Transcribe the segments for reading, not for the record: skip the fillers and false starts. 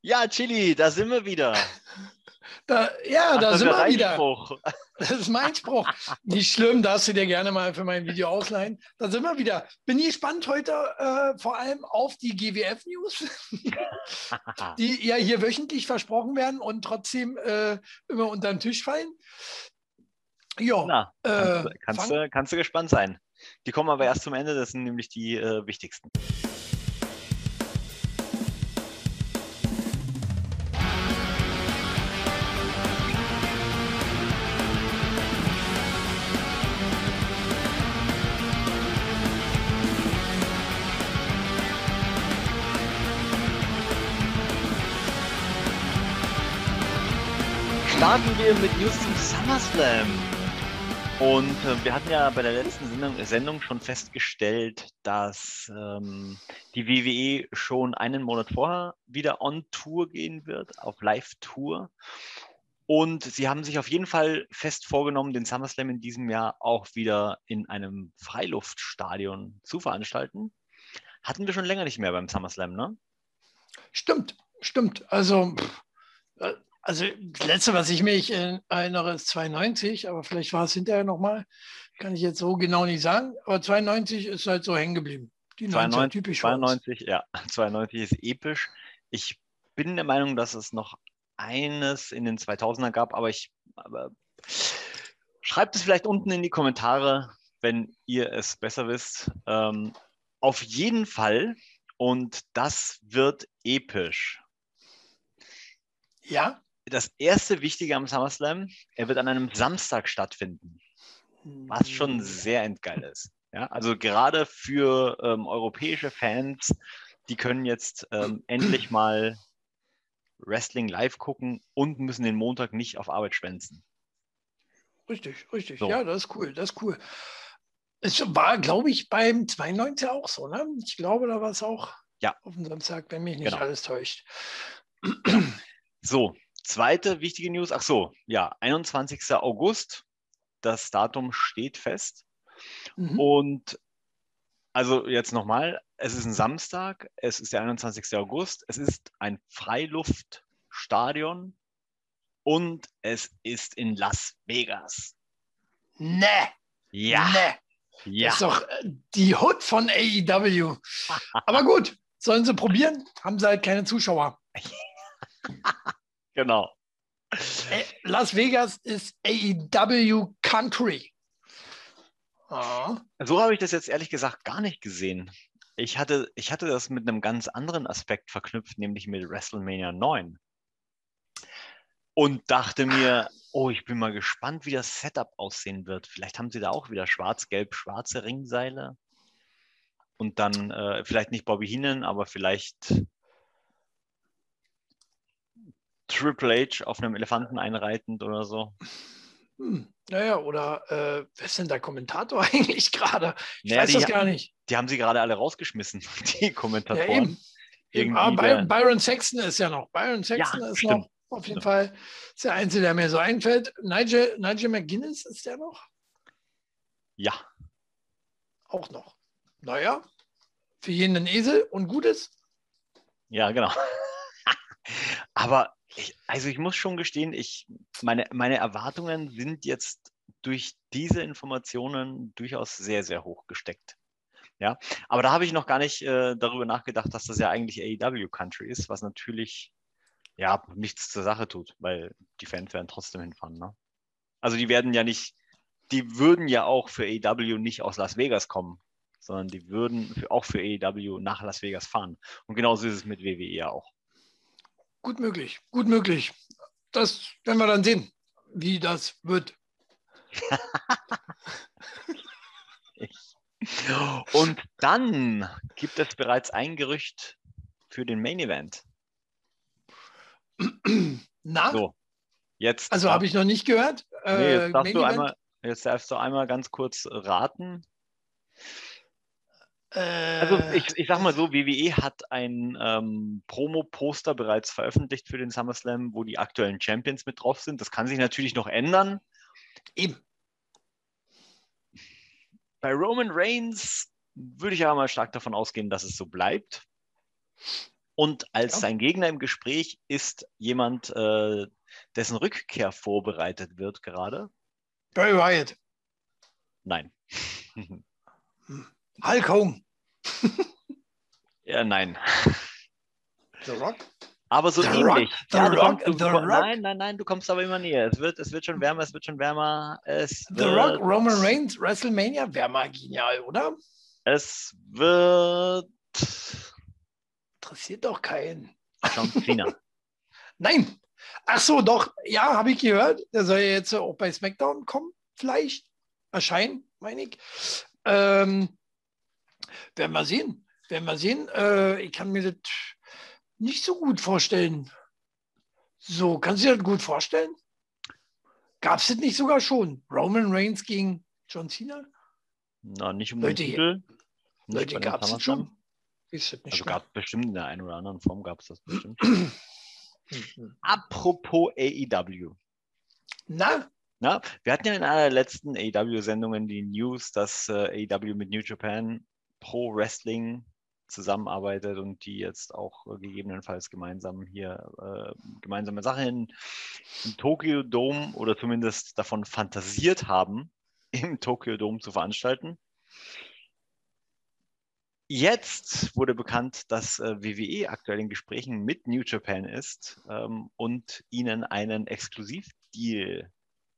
Ja, Chili, da sind wir wieder. Da Das ist sind ja wir dein wieder. Spruch. Das ist mein Spruch. Nicht schlimm, darfst du dir gerne mal für mein Video ausleihen. Da sind wir wieder. Bin gespannt heute vor allem auf die GWF-News, die ja hier wöchentlich versprochen werden und trotzdem immer unter den Tisch fallen. Ja, Na, kannst du gespannt sein. Die kommen aber erst zum Ende, das sind nämlich die wichtigsten. Starten wir mit News zum SummerSlam. Und wir hatten ja bei der letzten Sendung schon festgestellt, dass die WWE schon einen Monat vorher wieder on Tour gehen wird, auf Live-Tour. Und sie haben sich auf jeden Fall fest vorgenommen, den SummerSlam in diesem Jahr auch wieder in einem Freiluftstadion zu veranstalten. Hatten wir schon länger nicht mehr beim SummerSlam, ne? Stimmt. Also das Letzte, was ich mich erinnere, ist 92, aber vielleicht war es hinterher nochmal. Kann ich jetzt so genau nicht sagen. Aber 92 ist halt so hängen geblieben. Die 90er, typisch für uns. 92, ja, 92 ist episch. Ich bin der Meinung, dass es noch eines in den 2000er gab, aber schreibt es vielleicht unten in die Kommentare, wenn ihr es besser wisst. Auf jeden Fall, und das wird episch. Ja. Das erste Wichtige am SummerSlam, er wird an einem Samstag stattfinden, was schon sehr endgeil ist. Ja, also gerade für europäische Fans, die können jetzt endlich mal Wrestling live gucken und müssen den Montag nicht auf Arbeit schwänzen. Richtig. So. Ja, das ist cool. Es war, glaube ich, beim 92 auch so, ne? Ich glaube, da war es auch auf dem Samstag, wenn mich nicht alles täuscht. Ja. So, zweite wichtige News. Ach so, ja, 21. August. Das Datum steht fest. Und also jetzt nochmal, es ist ein Samstag, es ist der 21. August, es ist ein Freiluftstadion und es ist in Las Vegas. Ne. Ja. Das ist doch die Hood von AEW. Aber gut, sollen sie probieren, haben sie halt keine Zuschauer. Genau. Las Vegas ist AEW Country. So habe ich das jetzt ehrlich gesagt gar nicht gesehen. Ich hatte das mit einem ganz anderen Aspekt verknüpft, nämlich mit WrestleMania 9. Und dachte mir, oh, ich bin mal gespannt, wie das Setup aussehen wird. Vielleicht haben sie da auch wieder schwarz-gelb-schwarze Ringseile. Und dann vielleicht nicht Bobby Heenan, aber vielleicht Triple H auf einem Elefanten einreitend oder so. Naja, oder wer ist denn der Kommentator eigentlich gerade? Ich weiß das gar nicht. Die haben sie gerade alle rausgeschmissen, die Kommentatoren. Ja, eben. Byron Saxton ist ja noch. Byron Saxton ist stimmt. noch. Auf jeden Fall ist der Einzige, der mir so einfällt. Nigel McGuinness ist der noch? Ja. Auch noch. Naja, für jeden ein Esel und Gutes. Ja, genau. Aber ich muss schon gestehen, meine Erwartungen sind jetzt durch diese Informationen durchaus sehr, sehr hoch gesteckt. Ja, aber da habe ich noch gar nicht darüber nachgedacht, dass das ja eigentlich AEW Country ist, was natürlich ja nichts zur Sache tut, weil die Fans werden trotzdem hinfahren. Ne? Also die würden ja auch für AEW nicht aus Las Vegas kommen, sondern die würden auch für AEW nach Las Vegas fahren. Und genauso ist es mit WWE ja auch. Gut möglich. Das werden wir dann sehen, wie das wird. Und dann gibt es bereits ein Gerücht für den Main Event. Na? So, jetzt. Also habe ich noch nicht gehört. Nee, jetzt darfst du einmal ganz kurz raten. Also ich sag mal so, WWE hat ein Promo-Poster bereits veröffentlicht für den SummerSlam, wo die aktuellen Champions mit drauf sind. Das kann sich natürlich noch ändern. Eben. Bei Roman Reigns würde ich aber mal stark davon ausgehen, dass es so bleibt. Und als Ja. sein Gegner im Gespräch ist jemand, dessen Rückkehr vorbereitet wird gerade. Bray Wyatt. Nein. Hulk Hogan. Ja, nein. The Rock. Aber so The ähnlich. Rock, The Rock, The Rock. Nein, du kommst aber immer näher. Es wird schon wärmer, es wird schon wärmer. The Rock, Roman Reigns, WrestleMania, wäre mal genial, oder? Es wird Interessiert doch keinen. John Cena. Nein. Ach so, doch. Ja, habe ich gehört. Der soll ja jetzt auch bei SmackDown kommen, vielleicht. Erscheinen, meine ich. Werden wir sehen. Ich kann mir das nicht so gut vorstellen. So, kannst du dir das gut vorstellen? Gab es das nicht sogar schon? Roman Reigns gegen John Cena? Na, nicht um Leute, den Titel. Leute, gab es das schon? Ist das nicht Also mehr? gab bestimmt in der einen oder anderen Form gab es das bestimmt. Apropos AEW. Na? Na, wir hatten ja in einer der letzten AEW-Sendungen die News, dass AEW mit New Japan Pro Wrestling zusammenarbeitet und die jetzt auch gegebenenfalls gemeinsam hier gemeinsame Sachen im Tokyo Dome oder zumindest davon fantasiert haben, im Tokyo Dome zu veranstalten. Jetzt wurde bekannt, dass WWE aktuell in Gesprächen mit New Japan ist und ihnen einen Exklusivdeal,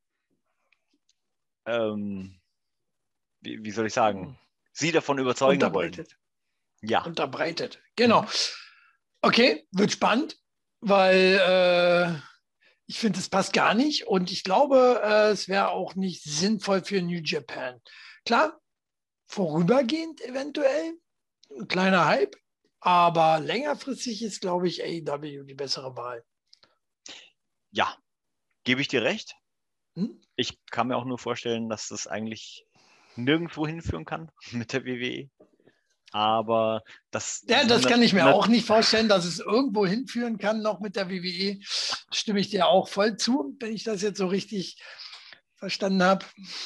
wie soll ich sagen, sie davon überzeugen wollen. Ja. Unterbreitet. Genau. Okay, wird spannend, weil ich finde, es passt gar nicht und ich glaube, es wäre auch nicht sinnvoll für New Japan. Klar, vorübergehend eventuell, ein kleiner Hype, aber längerfristig ist, glaube ich, AEW die bessere Wahl. Ja, gebe ich dir recht. Hm? Ich kann mir auch nur vorstellen, dass das eigentlich nirgendwo hinführen kann mit der WWE. Aber das... Ja, das kann ich mir auch nicht vorstellen, dass es irgendwo hinführen kann, noch mit der WWE. Stimme ich dir auch voll zu, wenn ich das jetzt so richtig verstanden habe.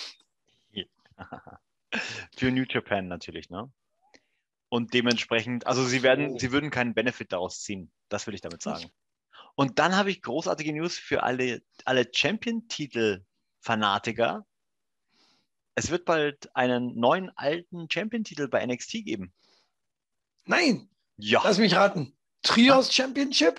Für New Japan natürlich, ne? Und dementsprechend, also sie würden keinen Benefit daraus ziehen. Das will ich damit sagen. Und dann habe ich großartige News für alle Champion-Titel-Fanatiker. Es wird bald einen neuen alten Champion-Titel bei NXT geben. Nein, Ja. lass mich raten. Trios Championship?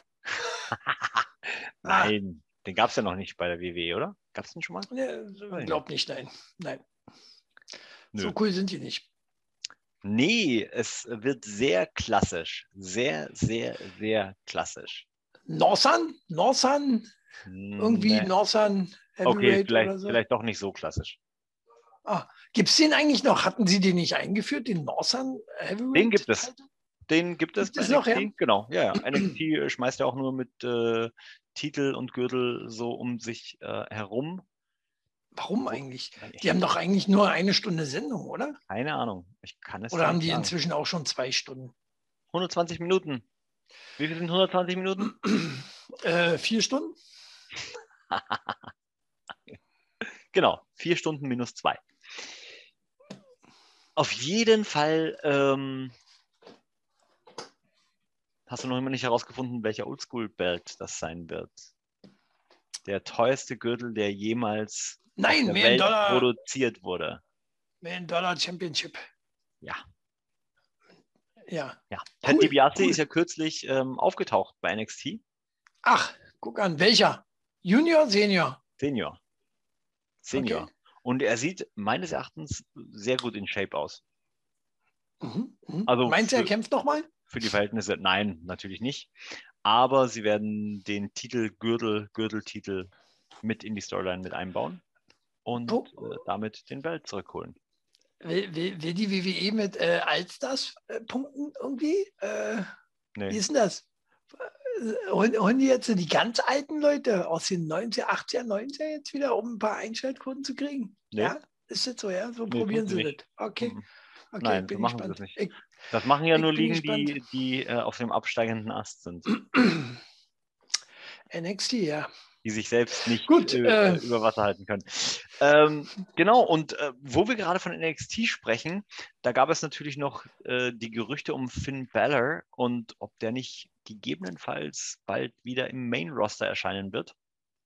Nein, den gab es ja noch nicht bei der WWE, oder? Gab es den schon mal? Ich glaube nicht, nein. Nö. So cool sind die nicht. Nee, es wird sehr klassisch. Sehr, sehr, sehr klassisch. Northern? Irgendwie Nee. Northern Heavyweight Okay, oder so? vielleicht doch nicht so klassisch. Gibt es den eigentlich noch? Hatten sie den nicht eingeführt, den Northern Heavyweight? Den gibt es. Den gibt es bei NXT. Noch, ja? Genau, ja. NXT schmeißt ja auch nur mit Titel und Gürtel so um sich herum. Warum eigentlich? Die haben doch eigentlich nur 1 Stunde Sendung, oder? Keine Ahnung. Ich kann es Oder haben nicht die sagen. inzwischen auch schon 2 Stunden? 120 Minuten. Wie viel sind 120 Minuten? 4 Stunden? Genau, 4 Stunden minus 2. Auf jeden Fall hast du noch immer nicht herausgefunden, welcher Oldschool-Belt das sein wird. Der teuerste Gürtel, der jemals auf der Welt produziert wurde. $1 Championship. Ja. Ja. Ted DiBiase ist ja kürzlich aufgetaucht bei NXT. Ach, guck an, welcher? Junior, Senior? Senior. Okay. Und er sieht meines Erachtens sehr gut in Shape aus. Also meinst du, er kämpft nochmal? Für die Verhältnisse, nein, natürlich nicht. Aber sie werden den Gürteltitel mit in die Storyline mit einbauen und damit den Belt zurückholen. Will die WWE mit Allstars punkten irgendwie? Nee. Wie ist denn das? Holen die jetzt die ganz alten Leute aus den 90er, 80er, 90er jetzt wieder, um ein paar Einschaltquoten zu kriegen? Nee. Ja, ist das so, ja? So probieren sie das. Okay. Nein, bin machen gespannt. Sie das nicht. Das machen ja nur Ligen, die auf dem absteigenden Ast sind. NXT, ja. Die sich selbst nicht über Wasser halten können. Genau, und wo wir gerade von NXT sprechen, da gab es natürlich noch die Gerüchte um Finn Balor und ob der nicht gegebenenfalls bald wieder im Main-Roster erscheinen wird.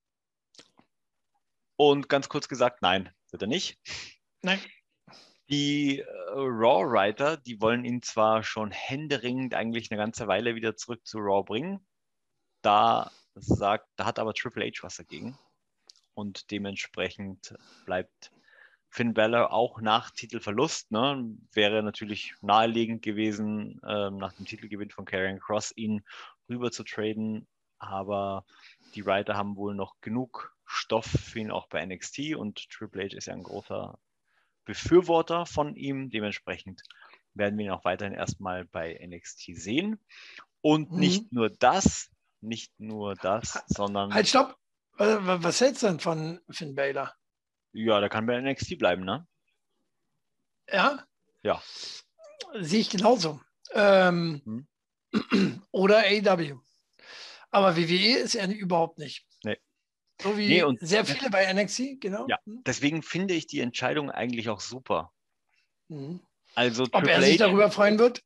Und ganz kurz gesagt, nein, wird er nicht. Nein. Die Raw-Writer, die wollen ihn zwar schon händeringend eigentlich eine ganze Weile wieder zurück zu Raw bringen. Da hat aber Triple H was dagegen. Und dementsprechend bleibt Finn Balor auch nach Titelverlust. Ne? Wäre natürlich naheliegend gewesen, nach dem Titelgewinn von Karrion Kross ihn rüber zu traden. Aber die Writer haben wohl noch genug Stoff für ihn auch bei NXT. Und Triple H ist ja ein großer Befürworter von ihm. Dementsprechend werden wir ihn auch weiterhin erstmal bei NXT sehen. Und nicht nur das, sondern... Halt, stopp! Was hältst du denn von Finn Balor? Ja, der kann bei NXT bleiben, ne? Ja? Ja. Sehe ich genauso. Oder AEW. Aber WWE ist er überhaupt nicht. Nee. So wie sehr viele bei NXT, genau. Ja, deswegen finde ich die Entscheidung eigentlich auch super. Also ob er sich darüber freuen wird?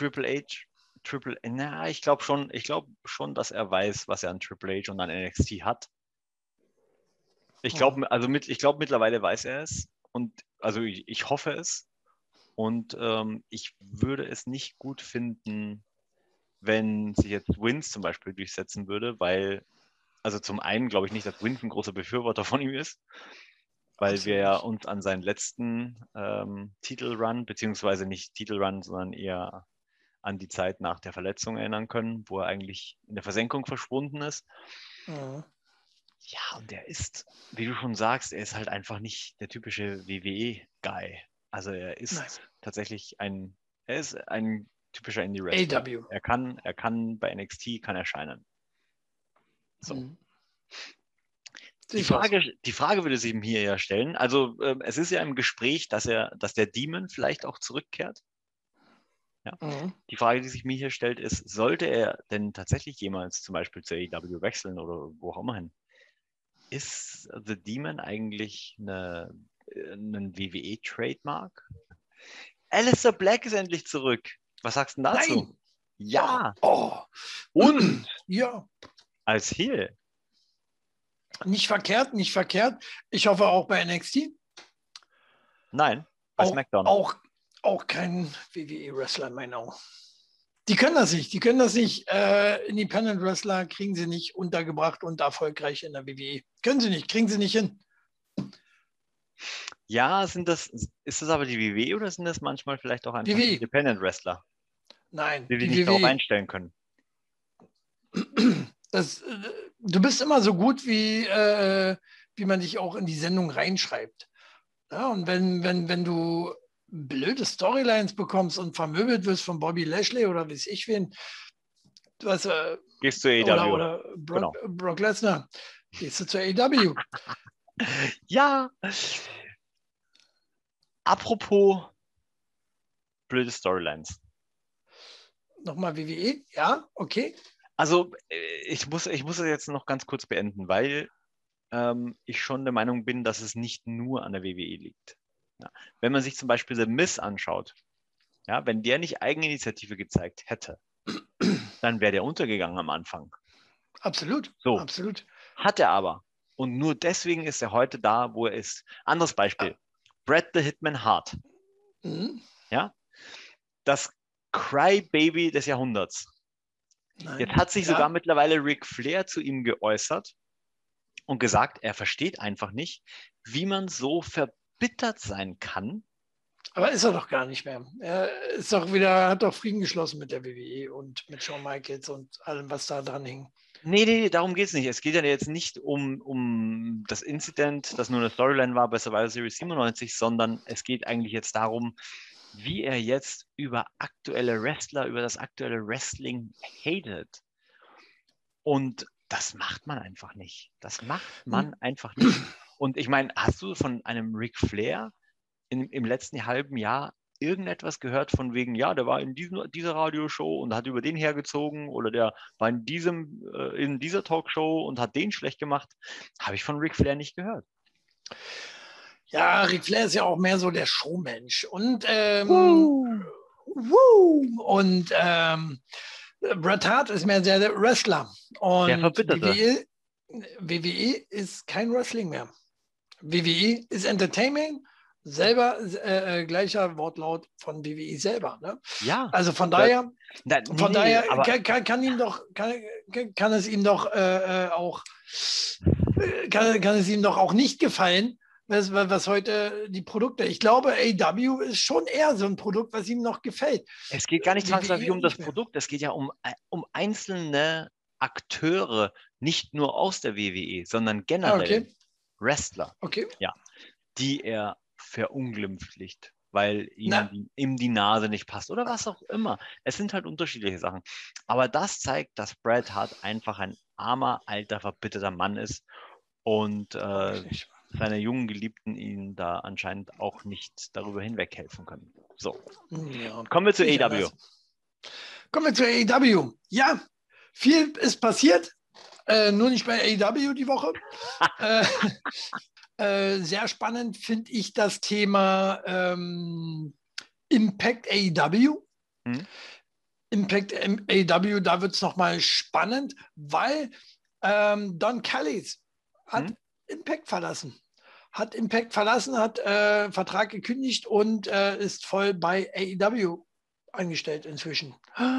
Ich glaube schon, dass er weiß, was er an Triple H und an NXT hat. Ich glaube mittlerweile weiß er es und also ich hoffe es und ich würde es nicht gut finden, wenn sich jetzt Vince zum Beispiel durchsetzen würde, weil, also zum einen glaube ich nicht, dass Vince ein großer Befürworter von ihm ist, weil Absolut. wir ja uns an seinen letzten Titelrun, beziehungsweise nicht Titelrun, sondern eher an die Zeit nach der Verletzung erinnern können, wo er eigentlich in der Versenkung verschwunden ist. Ja, und er ist, wie du schon sagst, er ist halt einfach nicht der typische WWE-Guy. Also er ist tatsächlich ein typischer Indie-Wrestler. AEW. Er kann bei NXT erscheinen. So. Die Frage würde sich ihm hier ja stellen. Also es ist ja im Gespräch, dass der Demon vielleicht auch zurückkehrt. Ja. Die Frage, die sich mir hier stellt, ist, sollte er denn tatsächlich jemals zum Beispiel zur AEW wechseln oder wo auch immer hin? Ist The Demon eigentlich ein WWE-Trademark? Aleister Black ist endlich zurück. Was sagst du dazu? Nein. Ja. Oh. Und ja. Als Heel. Nicht verkehrt. Ich hoffe auch bei NXT. Nein, bei SmackDown. Auch kein WWE-Wrestler in meinen Augen. Die können das nicht. Independent Wrestler kriegen sie nicht untergebracht und erfolgreich in der WWE. Können sie nicht, kriegen sie nicht hin. Ja, ist das aber die WWE oder sind das manchmal vielleicht auch einfach WWE. Independent Wrestler? Nein, die nicht darauf einstellen können. Du bist immer so gut, wie man dich auch in die Sendung reinschreibt. Ja, und wenn du blöde Storylines bekommst und vermöbelt wirst von Bobby Lashley oder weiß ich wen, gehst du AEW. Oder Brock Lesnar, gehst du zur AEW. Ja. Apropos blöde Storylines. Nochmal WWE? Ja, okay. Also ich muss es jetzt noch ganz kurz beenden, weil ich schon der Meinung bin, dass es nicht nur an der WWE liegt. Ja. Wenn man sich zum Beispiel The Miz anschaut, ja, wenn der nicht Eigeninitiative gezeigt hätte, dann wäre der untergegangen am Anfang. Absolut. So. Absolut. Hat er aber. Und nur deswegen ist er heute da, wo er ist. Anderes Beispiel. Bret the Hitman Hart. Ja? Das Crybaby des Jahrhunderts. Nein. Jetzt hat sich sogar mittlerweile Ric Flair zu ihm geäußert und gesagt, er versteht einfach nicht, wie man so verbittert sein kann. Aber ist er doch gar nicht mehr. Er ist doch wieder, hat doch Frieden geschlossen mit der WWE und mit Shawn Michaels und allem, was da dran hing. Nee, darum geht es nicht. Es geht ja jetzt nicht um das Incident, das nur eine Storyline war bei Survivor Series 97, sondern es geht eigentlich jetzt darum, wie er jetzt über aktuelle Wrestler, über das aktuelle Wrestling hatet. Und das macht man einfach nicht. Und ich meine, hast du von einem Ric Flair im letzten halben Jahr irgendetwas gehört von wegen, ja, der war in dieser Radioshow und hat über den hergezogen oder der war in dieser Talkshow und hat den schlecht gemacht? Habe ich von Ric Flair nicht gehört. Ja, Ric Flair ist ja auch mehr so der Showmensch. Und Bret Hart ist mehr der Wrestler. Der Und Verbitterte. WWE ist kein Wrestling mehr. WWE ist Entertainment, selber gleicher Wortlaut von WWE selber. Ne? Ja. Also Nee, aber kann es ihm doch auch kann es ihm doch auch nicht gefallen, was heute die Produkte. Ich glaube, AEW ist schon eher so ein Produkt, was ihm noch gefällt. es geht gar nicht zwangsläufig WWE um das nicht mehr. Produkt, es geht ja um einzelne Akteure, nicht nur aus der WWE, sondern Ah, generell okay, Wrestler, okay. ja, die er verunglimpflicht, weil Na, ihm die Nase nicht passt oder was auch immer. Es sind halt unterschiedliche Sachen. Aber das zeigt, dass Bret Hart einfach ein armer, alter, verbitterter Mann ist und glaube ich nicht. seine jungen Geliebten ihn da anscheinend auch nicht darüber hinweghelfen können. So, Ja, kommen wir zu nicht AEW. anders. Kommen wir zu AEW. Ja, viel ist passiert, nur nicht bei AEW die Woche. äh, sehr spannend finde ich das Thema Impact AEW. Hm? Impact AEW, da wird es nochmal spannend, weil Don Callis hat Hm? Impact verlassen. Hat Vertrag gekündigt und ist voll bei AEW angestellt inzwischen.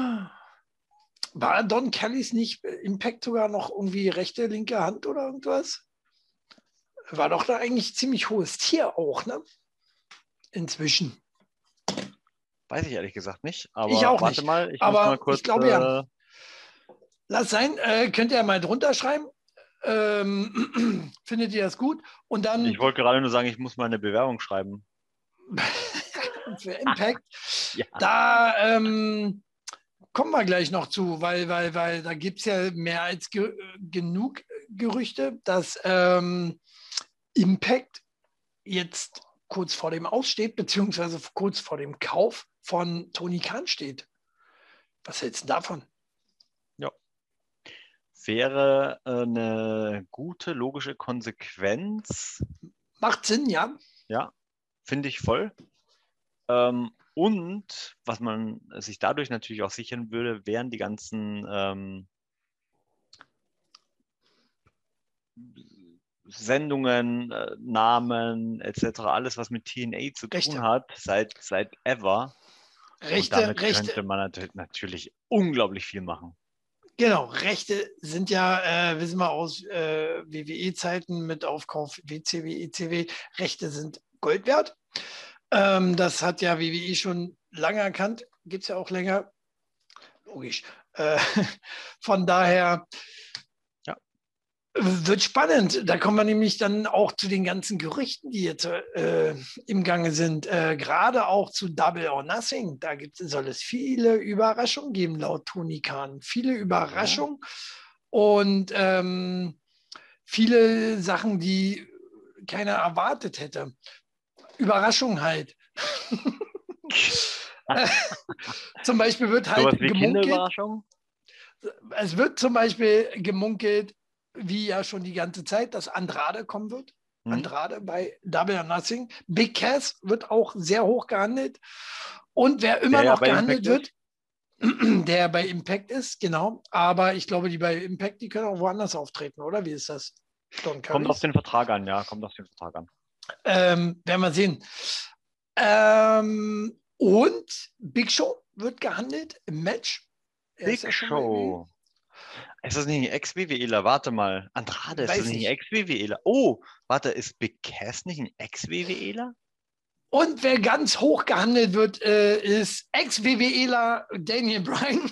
War Don Callis nicht Impact sogar noch irgendwie rechte, linke Hand oder irgendwas? War doch da eigentlich ziemlich hohes Tier auch, ne? Inzwischen. Weiß ich ehrlich gesagt nicht, Ich aber auch warte nicht. mal, ich muss mal Aber ich kurz. glaube ja. Lass sein, könnt ihr mal drunter schreiben. Findet ihr das gut? Und Ich dann wollte gerade nur sagen, ich muss mal eine Bewerbung schreiben. für Impact, Ja. da kommen wir gleich noch zu, weil da gibt es ja mehr als genug Gerüchte, dass Impact jetzt kurz vor dem Aussteht, beziehungsweise kurz vor dem Kauf von Tony Khan steht. Was hältst du davon? Ja. Wäre eine gute logische Konsequenz. Macht Sinn, ja? Ja, finde ich voll. Und was man sich dadurch natürlich auch sichern würde, wären die ganzen Sendungen, Namen etc., alles, was mit TNA zu tun Rechte. hat, seit ever. Und Rechte, damit Rechte, könnte man natürlich unglaublich viel machen. genau, Rechte sind ja, wissen wir aus WWE-Zeiten mit Aufkauf WCW, ECW, Rechte sind Gold wert. Das hat ja WWE schon lange erkannt, gibt es ja auch länger, logisch. Äh, von daher Ja. wird spannend. Da kommen wir nämlich dann auch zu den ganzen Gerüchten, die jetzt im Gange sind. Gerade auch zu Double or Nothing. Soll es viele Überraschungen geben, laut Tony Khan. Viele Überraschungen und viele Sachen, die keiner erwartet hätte. Überraschung halt. Zum Beispiel wird Sowas halt wie gemunkelt, Kinderüberraschung? es wird zum Beispiel gemunkelt, wie ja schon die ganze Zeit, dass Andrade kommen wird. Hm? Andrade bei Double or Nothing. Big Cass wird auch sehr hoch gehandelt. Und wer immer Der ja noch bei Impact gehandelt ist? wird, der bei Impact ist, genau. Aber ich glaube, die bei Impact, die können auch woanders auftreten, oder? Wie ist das? Don Kommt auf Callis? den Vertrag an, ja, kommt auf den Vertrag an. Werden wir sehen. Und Big Show wird gehandelt im Match. Er ist Big ja schon bei WWE. Show. Ist das nicht ein Ex-WWEler? Warte mal. Andrade, ist das Weiß nicht ein nicht. Ex-WWEler? Oh, warte, ist Big Cass nicht ein Ex-WWEler? Und wer ganz hoch gehandelt wird, ist Ex-WWEler Daniel Bryan,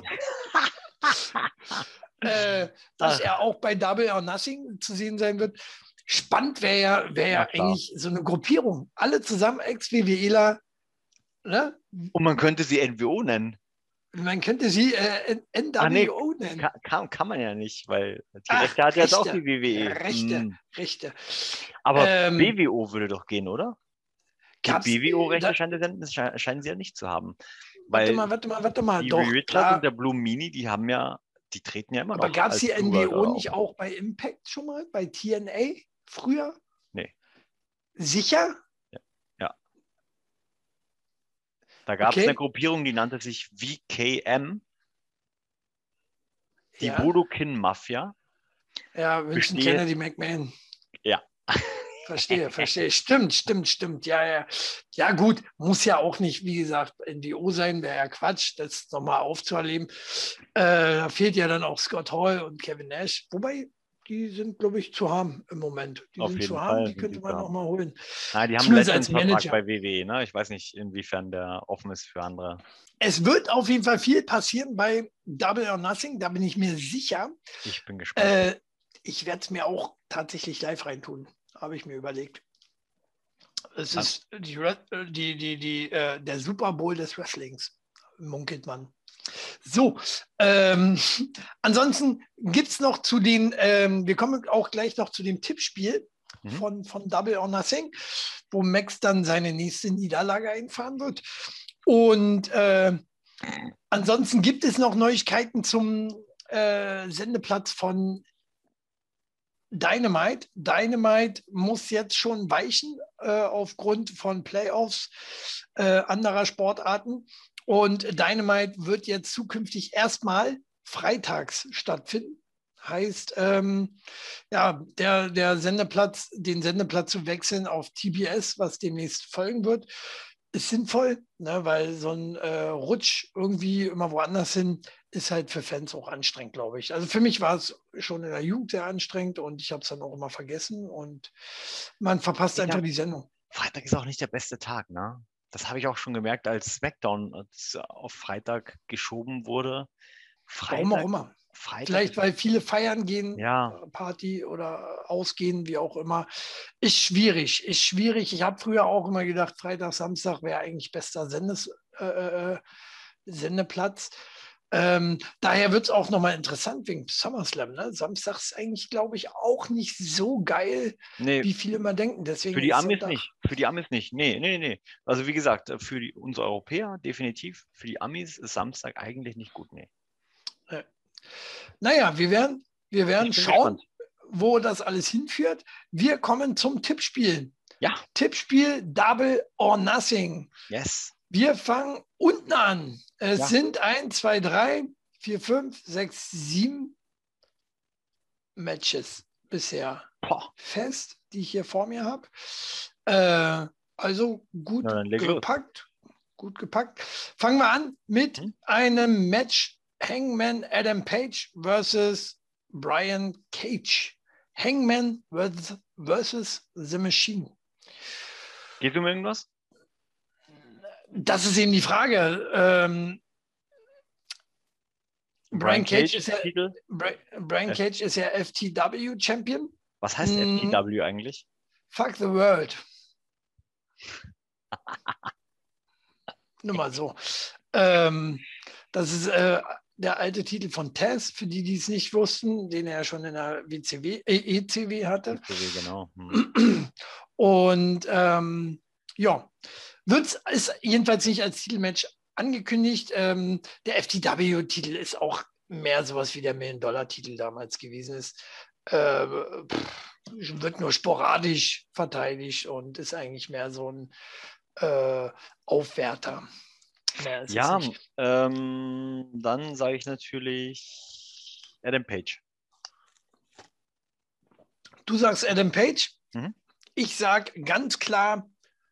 dass Ach, er auch bei Double or Nothing zu sehen sein wird. Spannend wäre na ja klar. eigentlich so eine Gruppierung. Alle zusammen Ex-WWEler. Ne? Und man könnte sie NWO nennen. Man könnte sie Ah, nee, NWO nennen. kann man ja nicht, weil die Ach, Rechte hat ja jetzt auch Rechte. die WWE. Rechte. Rechte. Aber Ähm, BWO würde doch gehen, oder? Die gab's, BWO-Rechte da, scheinen sie ja nicht zu haben. warte Weil mal, warte mal, warte mal. Stevie Doch, Richards und klar. der Blue Meanie, die treten ja immer Aber noch gab es als die Blue World NWO auf. nicht auch bei Impact schon mal? Bei TNA früher? Nee, Sicher? ja. Ja. Da gab es eine Okay. Gruppierung, die nannte sich VKM. Die Budokan-Mafia. Ja, Vincent Kennedy McMahon. Ja. Verstehe. Stimmt. Ja. Ja, gut, muss ja auch nicht, wie gesagt, NWO sein, wäre ja Quatsch, das nochmal aufzuerleben. Da fehlt ja dann auch Scott Hall und Kevin Nash. Wobei, die sind, glaube ich, zu haben im Moment. Die Auf sind jeden zu Fall haben, die könnte man nochmal holen. Nein, die haben Zumindest einen als Manager. Vertrag bei WWE, ne? Ich weiß nicht, inwiefern der offen ist für andere. Es wird auf jeden Fall viel passieren bei Double or Nothing, da bin ich mir sicher. Ich bin gespannt. Ich werde es mir auch tatsächlich live reintun, habe ich mir überlegt. Es ist der Super Bowl des Wrestlings, munkelt man. So, ansonsten gibt es noch zu den, wir kommen auch gleich noch zu dem Tippspiel von Double or Nothing, wo Max dann seine nächste Niederlage einfahren wird. Und ansonsten gibt es noch Neuigkeiten zum Sendeplatz von Dynamite. Dynamite muss jetzt schon weichen aufgrund von Playoffs anderer Sportarten. Und Dynamite wird jetzt zukünftig erstmal freitags stattfinden. Heißt, der Sendeplatz, den Sendeplatz zu wechseln auf TBS, was demnächst folgen wird, ist sinnvoll, ne, weil so ein Rutsch irgendwie immer woanders hin ist halt für Fans auch anstrengend, glaube ich. Also für mich war es schon in der Jugend sehr anstrengend und ich habe es dann auch immer vergessen und man verpasst einfach die Sendung. Freitag ist auch nicht der beste Tag, ne? Das habe ich auch schon gemerkt, als SmackDown auf Freitag geschoben wurde. Warum auch immer. Vielleicht, weil viele feiern gehen, Party oder ausgehen, wie auch immer. Ist schwierig. Ich habe früher auch immer gedacht, Freitag, Samstag wäre eigentlich bester Sendeplatz. Daher wird es auch nochmal interessant wegen SummerSlam. Ne? Samstag ist eigentlich, glaube ich, auch nicht so geil, wie viele immer denken. Deswegen für die Amis nicht. Für die Amis nicht. Nee. Also wie gesagt, für uns Europäer definitiv. Für die Amis ist Samstag eigentlich nicht gut. Nee. Naja, wir werden schauen, wo das alles hinführt. Wir kommen zum Tippspiel. Ja. Tippspiel Double or Nothing. Yes. Wir fangen unten an. Es sind 1, 2, 3, 4, 5, 6, 7 Matches bisher fest, die ich hier vor mir habe. Also gut gepackt. Gut gepackt. Fangen wir an mit einem Match Hangman Adam Page versus Brian Cage. Hangman versus The Machine. Geht es um irgendwas? Das ist eben die Frage. Brian Cage ist ja FTW-Champion. Was heißt FTW eigentlich? Fuck the world. Nur mal so. Das ist der alte Titel von Taz, für die es nicht wussten, den er schon in der ECW hatte. ECW, genau. Und ist jedenfalls nicht als Titelmatch angekündigt. Der FTW-Titel ist auch mehr sowas wie der $1-Million-Titel damals gewesen ist. Wird nur sporadisch verteidigt und ist eigentlich mehr so ein Aufwärter. Ja, dann sage ich natürlich Adam Page. Du sagst Adam Page. Ich sage ganz klar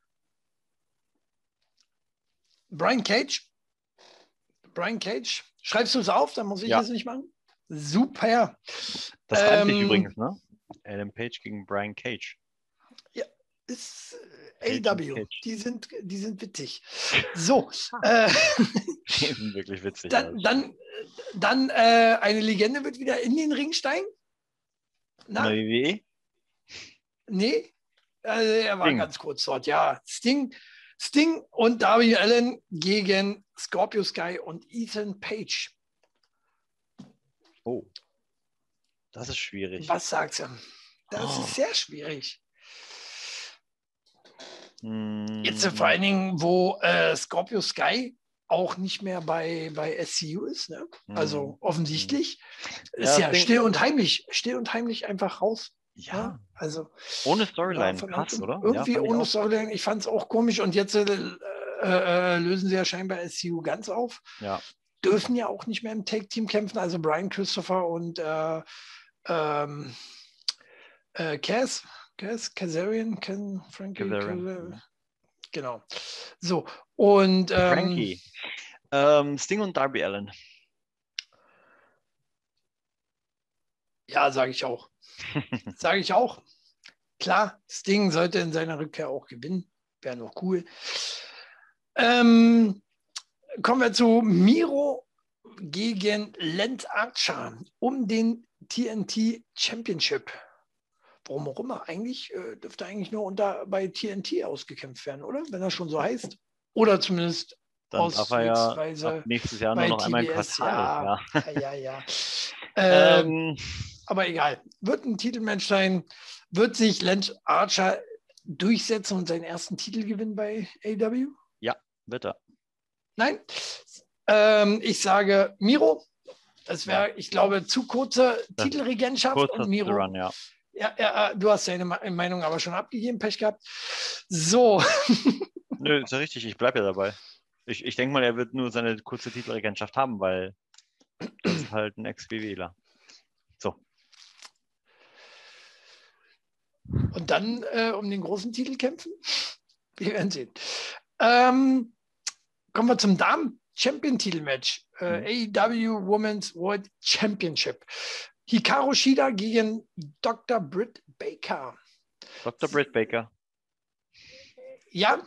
Brian Cage. Schreibst du es auf? Dann muss ich es nicht machen. Super. Das reimt sich übrigens, ne? Adam Page gegen Brian Cage. Ja, ist AW. Die sind witzig. So. Die sind wirklich witzig. Dann eine Legende wird wieder in den Ring steigen. Na, WWE? Nee, er war ganz kurz dort. Ja, Sting und Darby Allin gegen Scorpio Sky und Ethan Page. Oh, das ist schwierig. Was sagst du? Das ist sehr schwierig. Jetzt vor allen Dingen, wo Scorpio Sky auch nicht mehr bei SCU ist. Ne? Also offensichtlich ist ja still und heimlich einfach raus. Ja, also ohne Storyline, krass, oder? Irgendwie ohne Storyline. Ich fand es auch komisch und jetzt lösen sie ja scheinbar SCU ganz auf. Ja. dürfen ja auch nicht mehr im Tag-Team kämpfen, also Brian Christopher und Kazarian, Frankie Kazarian. Genau. So, und Frankie. Sting und Darby Allin. Ja, sage ich auch. Sage ich auch. Klar, Sting sollte in seiner Rückkehr auch gewinnen. Wäre noch cool. Kommen wir zu Miro gegen Lance Archer um den TNT Championship. Warum auch immer. Eigentlich dürfte eigentlich nur bei TNT ausgekämpft werden, oder? Wenn das schon so heißt. Oder zumindest dann darf er ja ab nächstes Jahr nur noch einmal im Quartal. Ja. Aber egal. Wird ein Titelmatch sein. Wird sich Lance Archer durchsetzen und seinen ersten Titel gewinnen bei AEW? Ja, wird er. Nein. Ich sage Miro. Das wäre, ich glaube, zu kurze Titelregentschaft und Miro. Run, ja. Ja, du hast deine Meinung aber schon abgegeben, Pech gehabt. So. Nö, ist ja richtig, ich bleibe ja dabei. Ich denke mal, er wird nur seine kurze Titelregentschaft haben, weil das ist halt ein Ex-BWler. So. Und dann um den großen Titel kämpfen? Wir werden sehen. Kommen wir zum Damen-Champion-Titel-Match. AEW Women's World Championship. Hikaru Shida gegen Dr. Britt Baker. Dr. Britt Baker. Ja.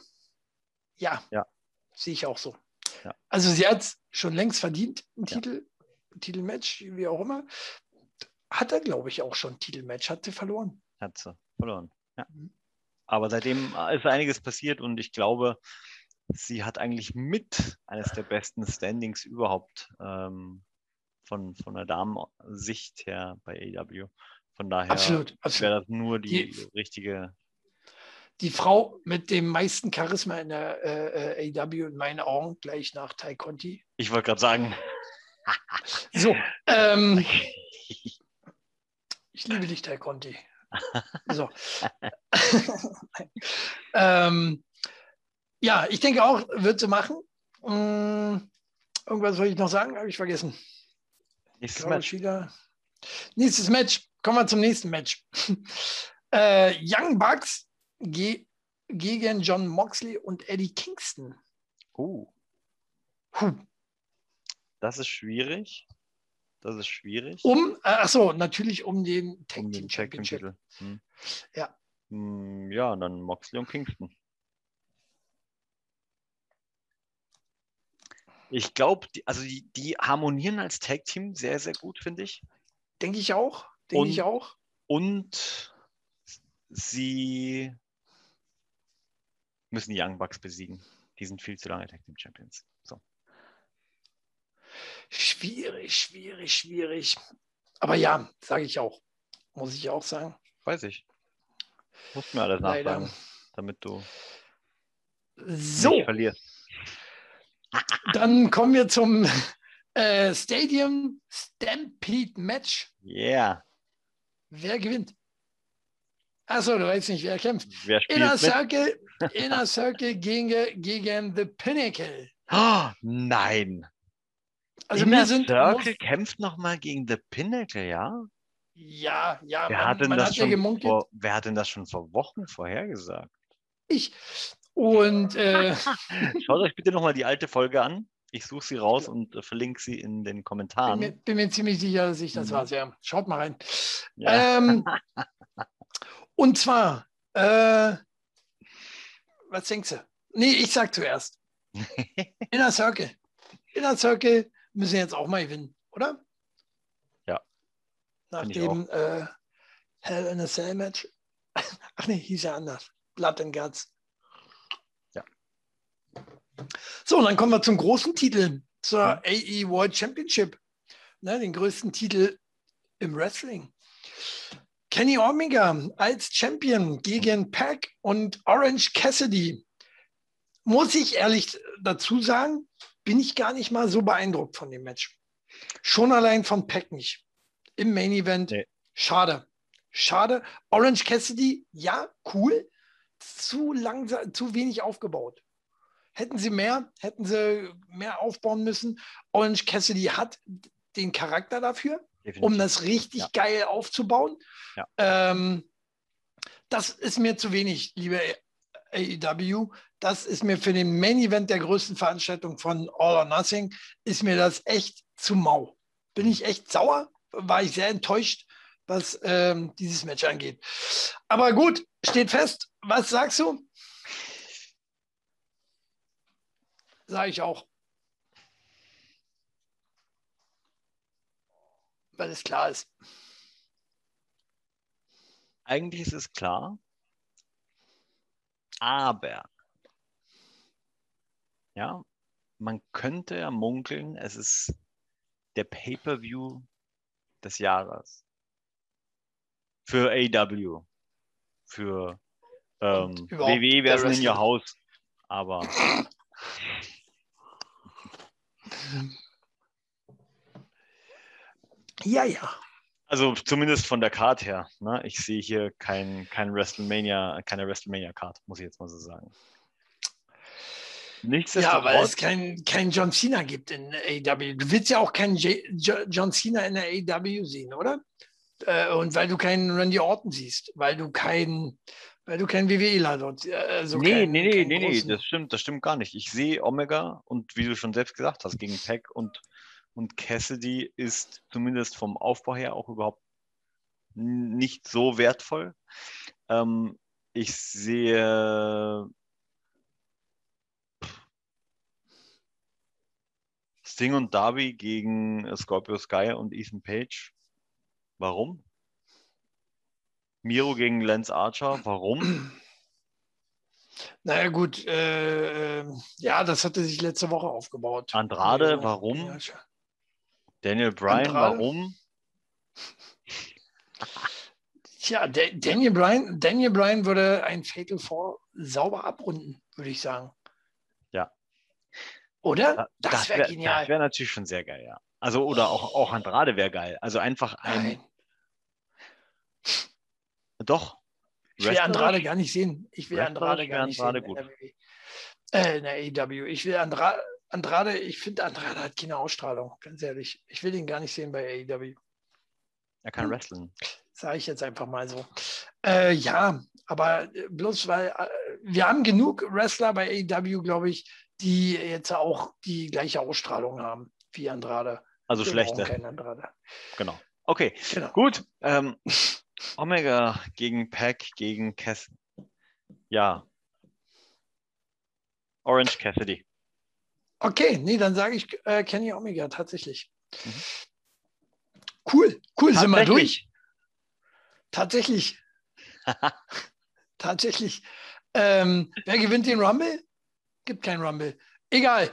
Sehe ich auch so. Ja. Also sie hat es schon längst verdient, ein Titelmatch, wie auch immer. Hat er, glaube ich, auch schon ein Titelmatch. Hat sie verloren. Hat sie verloren, ja. Aber seitdem ist einiges passiert und ich glaube, sie hat eigentlich mit eines der besten Standings überhaupt von der Damensicht her bei AEW. Von daher wäre das nur die richtige. Die Frau mit dem meisten Charisma in der AEW in meinen Augen, gleich nach Ty Conti. Ich wollte gerade sagen. So, ich liebe dich, Ty Conti. So. Ja, ich denke auch, wird sie machen. Irgendwas soll ich noch sagen? Habe ich vergessen. Nächstes Match. Kommen wir zum nächsten Match. Young Bucks gegen John Moxley und Eddie Kingston. Das ist schwierig. Natürlich um den Tag Team Championship. Ja. Ja, und dann Moxley und Kingston. Ich glaube, die harmonieren als Tag Team sehr, sehr gut, finde ich. Denke ich auch. Und sie müssen die Young Bucks besiegen. Die sind viel zu lange Tag Team Champions. So. Schwierig. Aber ja, sage ich auch. Muss ich auch sagen. Weiß ich. Musst mir alles nachfragen, damit du nicht verlierst. Dann kommen wir zum Stadium Stampede Match. Yeah. Wer gewinnt? Achso, du weißt nicht, wer kämpft. Wer spielt Inner Circle gegen The Pinnacle. Oh, nein. Also Inner Circle kämpft nochmal gegen The Pinnacle, ja? Ja, wer hat denn das schon vor Wochen vorhergesagt? Ich. Und schaut euch bitte nochmal die alte Folge an. Ich suche sie raus und verlinke sie in den Kommentaren. Bin mir ziemlich sicher, dass ich das war. Ja, schaut mal rein. Ja. Und zwar, was denkst du? Nee, ich sag zuerst. Inner Circle müssen jetzt auch mal gewinnen, oder? Ja. Nach dem Hell in a Cell Match. Ach nee, hieß ja anders. Blood and Guts. Ja. So, und dann kommen wir zum großen Titel, zur AE World Championship. Ne, den größten Titel im Wrestling. Kenny Omega als Champion gegen Pac und Orange Cassidy. Muss ich ehrlich dazu sagen, bin ich gar nicht mal so beeindruckt von dem Match. Schon allein von Pac nicht. Im Main Event. Nee. Schade. Orange Cassidy, ja, cool. Zu langsam, zu wenig aufgebaut. hätten sie mehr aufbauen müssen. Orange Cassidy hat den Charakter dafür, Definitiv. um das richtig geil aufzubauen. Ja. Das ist mir zu wenig, liebe AEW. Das ist mir für den Main Event der größten Veranstaltung von All or Nothing, ist mir das echt zu mau. Bin ich echt sauer, war ich sehr enttäuscht, was dieses Match angeht. Aber gut, steht fest. Was sagst du? Sag ich auch. Weil es klar ist. Eigentlich ist es klar, aber ja, man könnte ja munkeln, es ist der Pay-Per-View des Jahres für AEW. Für WWE wäre es in your house, aber ja. Also zumindest von der Card her. Ne? Ich sehe hier keine WrestleMania-Card, muss ich jetzt mal so sagen. Ja, weil es kein John Cena gibt in AEW. Du willst ja auch keinen John Cena in der AEW sehen, oder? Und weil du keinen Randy Orton siehst, weil du keinen WWEler dort. Nee, das stimmt gar nicht. Ich sehe Omega und wie du schon selbst gesagt hast, gegen Pac und Cassidy ist zumindest vom Aufbau her auch überhaupt nicht so wertvoll. Ich sehe Sting und Darby gegen Scorpio Sky und Ethan Page. Warum? Miro gegen Lance Archer. Warum? Naja, gut. Ja, das hatte sich letzte Woche aufgebaut. Andrade, Miro warum? Daniel Bryan, Andrade? Warum? Tja, Daniel Bryan würde ein Fatal 4 sauber abrunden, würde ich sagen. Ja. Oder? Das wäre genial. Das wäre natürlich schon sehr geil, ja. Also, oder auch Andrade wäre geil. Also einfach Nein. Doch. Ich will Andrade gar nicht sehen. Ich will Andrade gar nicht sehen. Gut. In der AEW. Ich will Andrade, ich finde Andrade hat keine Ausstrahlung, ganz ehrlich. Ich will ihn gar nicht sehen bei AEW. Er kann wrestlen. Sage ich jetzt einfach mal so. Ja, aber bloß weil wir haben genug Wrestler bei AEW, glaube ich, die jetzt auch die gleiche Ausstrahlung haben wie Andrade. Also schlechte. Genau. Okay, genau. Gut. Omega gegen Pac gegen Cassidy. Ja. Orange Cassidy. Okay, nee, dann sage ich Kenny Omega tatsächlich. Mhm. Cool, sind wir durch. Tatsächlich. Tatsächlich. Wer gewinnt den Rumble? Gibt keinen Rumble. Egal.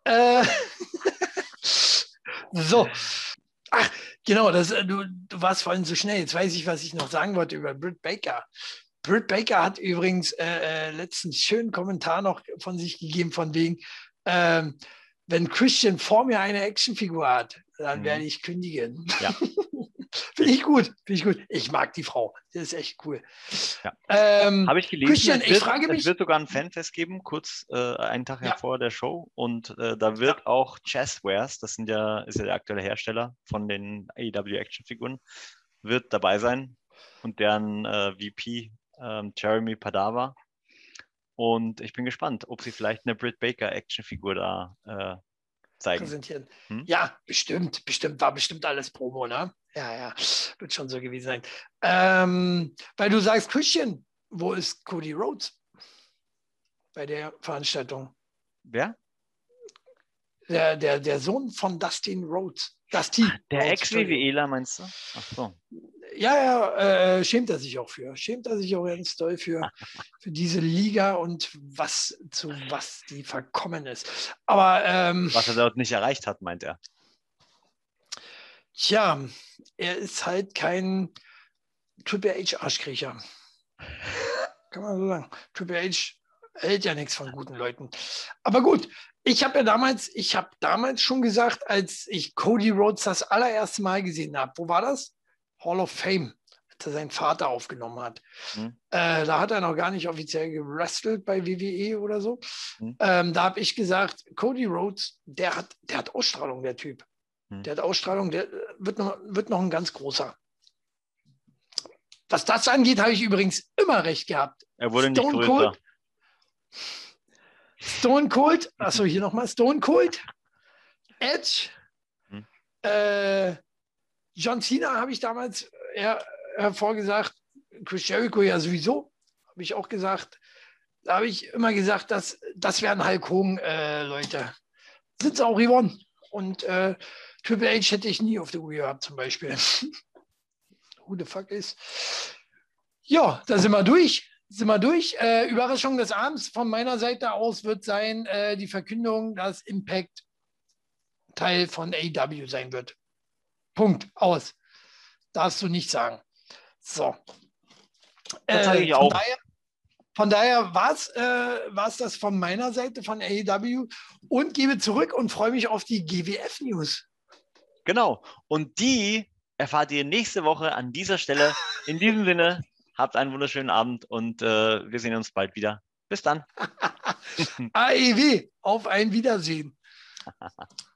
So. Ach, genau, du warst vorhin so schnell. Jetzt weiß ich, was ich noch sagen wollte über Britt Baker. Britt Baker hat übrigens letztens einen schönen Kommentar noch von sich gegeben, von wegen, wenn Christian vor mir eine Actionfigur hat, dann werde ich kündigen. Ja. Finde ich gut. Ich mag die Frau. Das ist echt cool. Ja. Habe ich gelesen, Christian, es wird sogar ein Fanfest geben, kurz einen Tag vor der Show. Und da wird auch Jazzwares, ist ja der aktuelle Hersteller von den AEW Actionfiguren, wird dabei sein. Und deren VP Jeremy Padawa. Und ich bin gespannt, ob sie vielleicht eine Britt Baker Actionfigur da zeigen. Präsentieren. Ja, bestimmt. War bestimmt alles Promo, ne? Ja, wird schon so gewesen sein. Weil du sagst, Christian, wo ist Cody Rhodes bei der Veranstaltung? Wer? Der Sohn von Dustin Rhodes. Dusty. Der Ex-WWEler meinst du? Ach so. Ja, schämt er sich auch für. Schämt er sich auch ganz doll für diese Liga und zu was die verkommen ist. Aber was er dort nicht erreicht hat, meint er. Tja, er ist halt kein Triple H-Arschkriecher. Kann man so sagen. Triple H hält ja nichts von guten Leuten. Aber gut, ich habe damals schon gesagt, als ich Cody Rhodes das allererste Mal gesehen habe, wo war das? Hall of Fame. er seinen Vater aufgenommen hat. Hm. Da hat er noch gar nicht offiziell gewrestelt bei WWE oder so. Hm. Da habe ich gesagt, Cody Rhodes, der hat Ausstrahlung, der Typ. Hm. Der hat Ausstrahlung, der wird noch ein ganz großer. Was das angeht, habe ich übrigens immer recht gehabt. Er wurde nicht größer. Stone Cold, achso, hier nochmal, Stone Cold, Edge, John Cena habe ich damals hervorgesagt, Chris Jericho ja sowieso, habe ich auch gesagt. Da habe ich immer gesagt, das wären Hulk Hogan, Leute. Sind sie auch gewonnen. Und Triple H hätte ich nie auf der Uhr gehabt, zum Beispiel. Who the fuck is? Ja, da sind wir durch. Überraschung des Abends von meiner Seite aus wird sein die Verkündung, dass Impact Teil von AEW sein wird. Punkt. Aus. Darfst du nicht sagen. So. Das sage ich auch. Von daher war es das von meiner Seite von AEW und gebe zurück und freue mich auf die GWF-News. Genau. Und die erfahrt ihr nächste Woche an dieser Stelle. In diesem Sinne, habt einen wunderschönen Abend und wir sehen uns bald wieder. Bis dann. AEW, auf ein Wiedersehen.